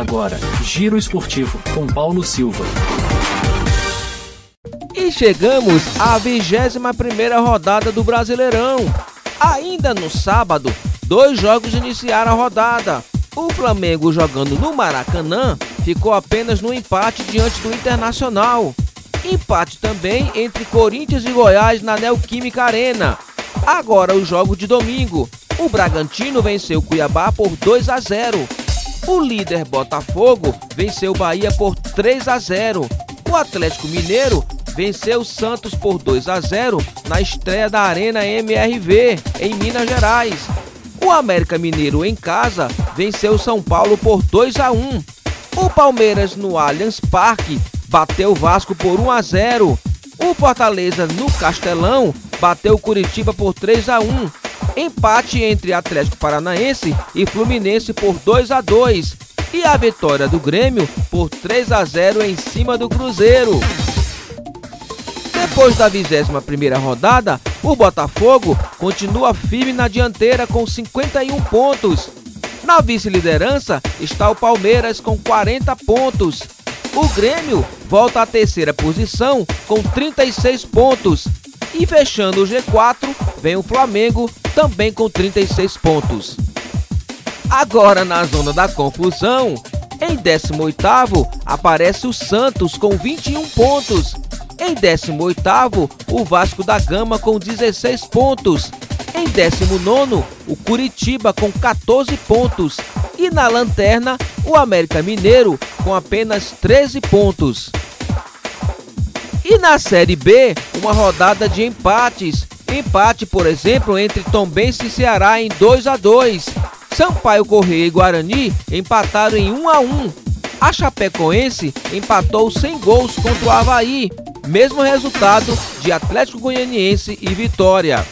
Agora, Giro Esportivo com Paulo Silva. E chegamos à 21ª rodada do Brasileirão. Ainda no sábado, 2 jogos iniciaram a rodada. O Flamengo, jogando no Maracanã, ficou apenas no empate diante do Internacional. Empate também entre Corinthians e Goiás na Neoquímica Arena. Agora os jogos de domingo. O Bragantino venceu o Cuiabá por 2-0. O líder Botafogo venceu o Bahia por 3-0. O Atlético Mineiro venceu o Santos por 2-0 na estreia da Arena MRV, em Minas Gerais. O América Mineiro, em casa, venceu o São Paulo por 2-1. O Palmeiras, no Allianz Parque, bateu o Vasco por 1-0. O Fortaleza, no Castelão, bateu o Curitiba por 3-1. Empate entre Atlético Paranaense e Fluminense por 2-2. E a vitória do Grêmio por 3-0 em cima do Cruzeiro. Depois da 21ª rodada, o Botafogo continua firme na dianteira com 51 pontos. Na vice-liderança está o Palmeiras com 40 pontos. O Grêmio volta à 3ª posição com 36 pontos. E fechando o G4, vem o Flamengo também com 36 pontos. Agora na zona da confusão, em 18º aparece o Santos com 21 pontos. Em 18º, o Vasco da Gama com 16 pontos. Em 19º, o Curitiba com 14 pontos. E na lanterna, o América Mineiro com apenas 13 pontos. E na Série B, uma rodada de empates. Empate, por exemplo, entre Tombense e Ceará em 2-2. Sampaio Corrêa e Guarani empataram em 1-1. A Chapecoense empatou sem gols contra o Avaí. Mesmo resultado de Atlético Goianiense e Vitória.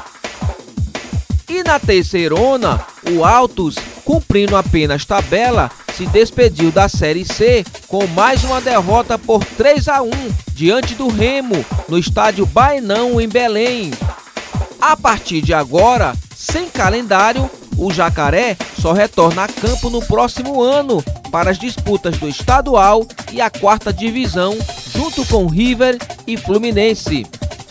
E na terceirona, o Altos, cumprindo apenas tabela, se despediu da Série C com mais uma derrota por 3-1 diante do Remo, no estádio Baenão, em Belém. A partir de agora, sem calendário, o Jacaré só retorna a campo no próximo ano para as disputas do estadual e a 4ª divisão, junto com River e Fluminense.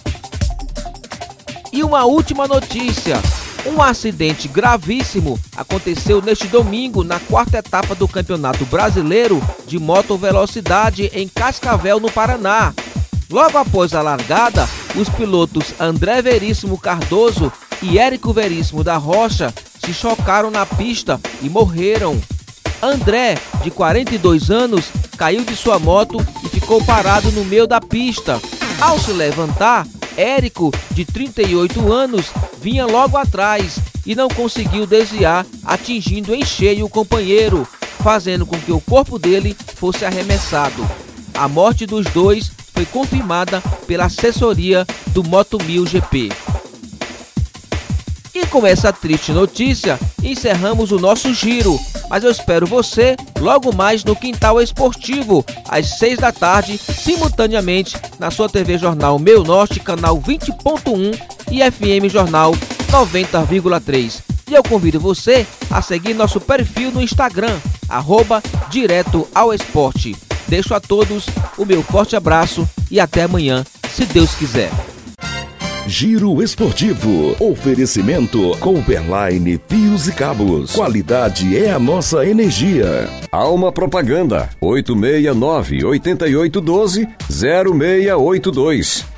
E uma última notícia. Um acidente gravíssimo aconteceu neste domingo na 4ª etapa do Campeonato Brasileiro de Motovelocidade em Cascavel, no Paraná. Logo após a largada, os pilotos André Veríssimo Cardoso e Érico Veríssimo da Rocha se chocaram na pista e morreram. André, de 42 anos, caiu de sua moto e ficou parado no meio da pista. Ao se levantar, Érico, de 38 anos, vinha logo atrás e não conseguiu desviar, atingindo em cheio o companheiro, fazendo com que o corpo dele fosse arremessado. A morte dos dois foi confirmada pela assessoria do Moto1000 GP. E com essa triste notícia, encerramos o nosso giro. Mas eu espero você logo mais no Quintal Esportivo, às 6 da tarde, simultaneamente na sua TV Jornal Meu Norte, canal 20.1 e FM Jornal 90,3. E eu convido você a seguir nosso perfil no Instagram, @DiretoAoEsporte. Deixo a todos o meu forte abraço e até amanhã, se Deus quiser. Giro Esportivo. Oferecimento Cooperline Fios e Cabos. Qualidade é a nossa energia. Alma Propaganda 869-8812-0682.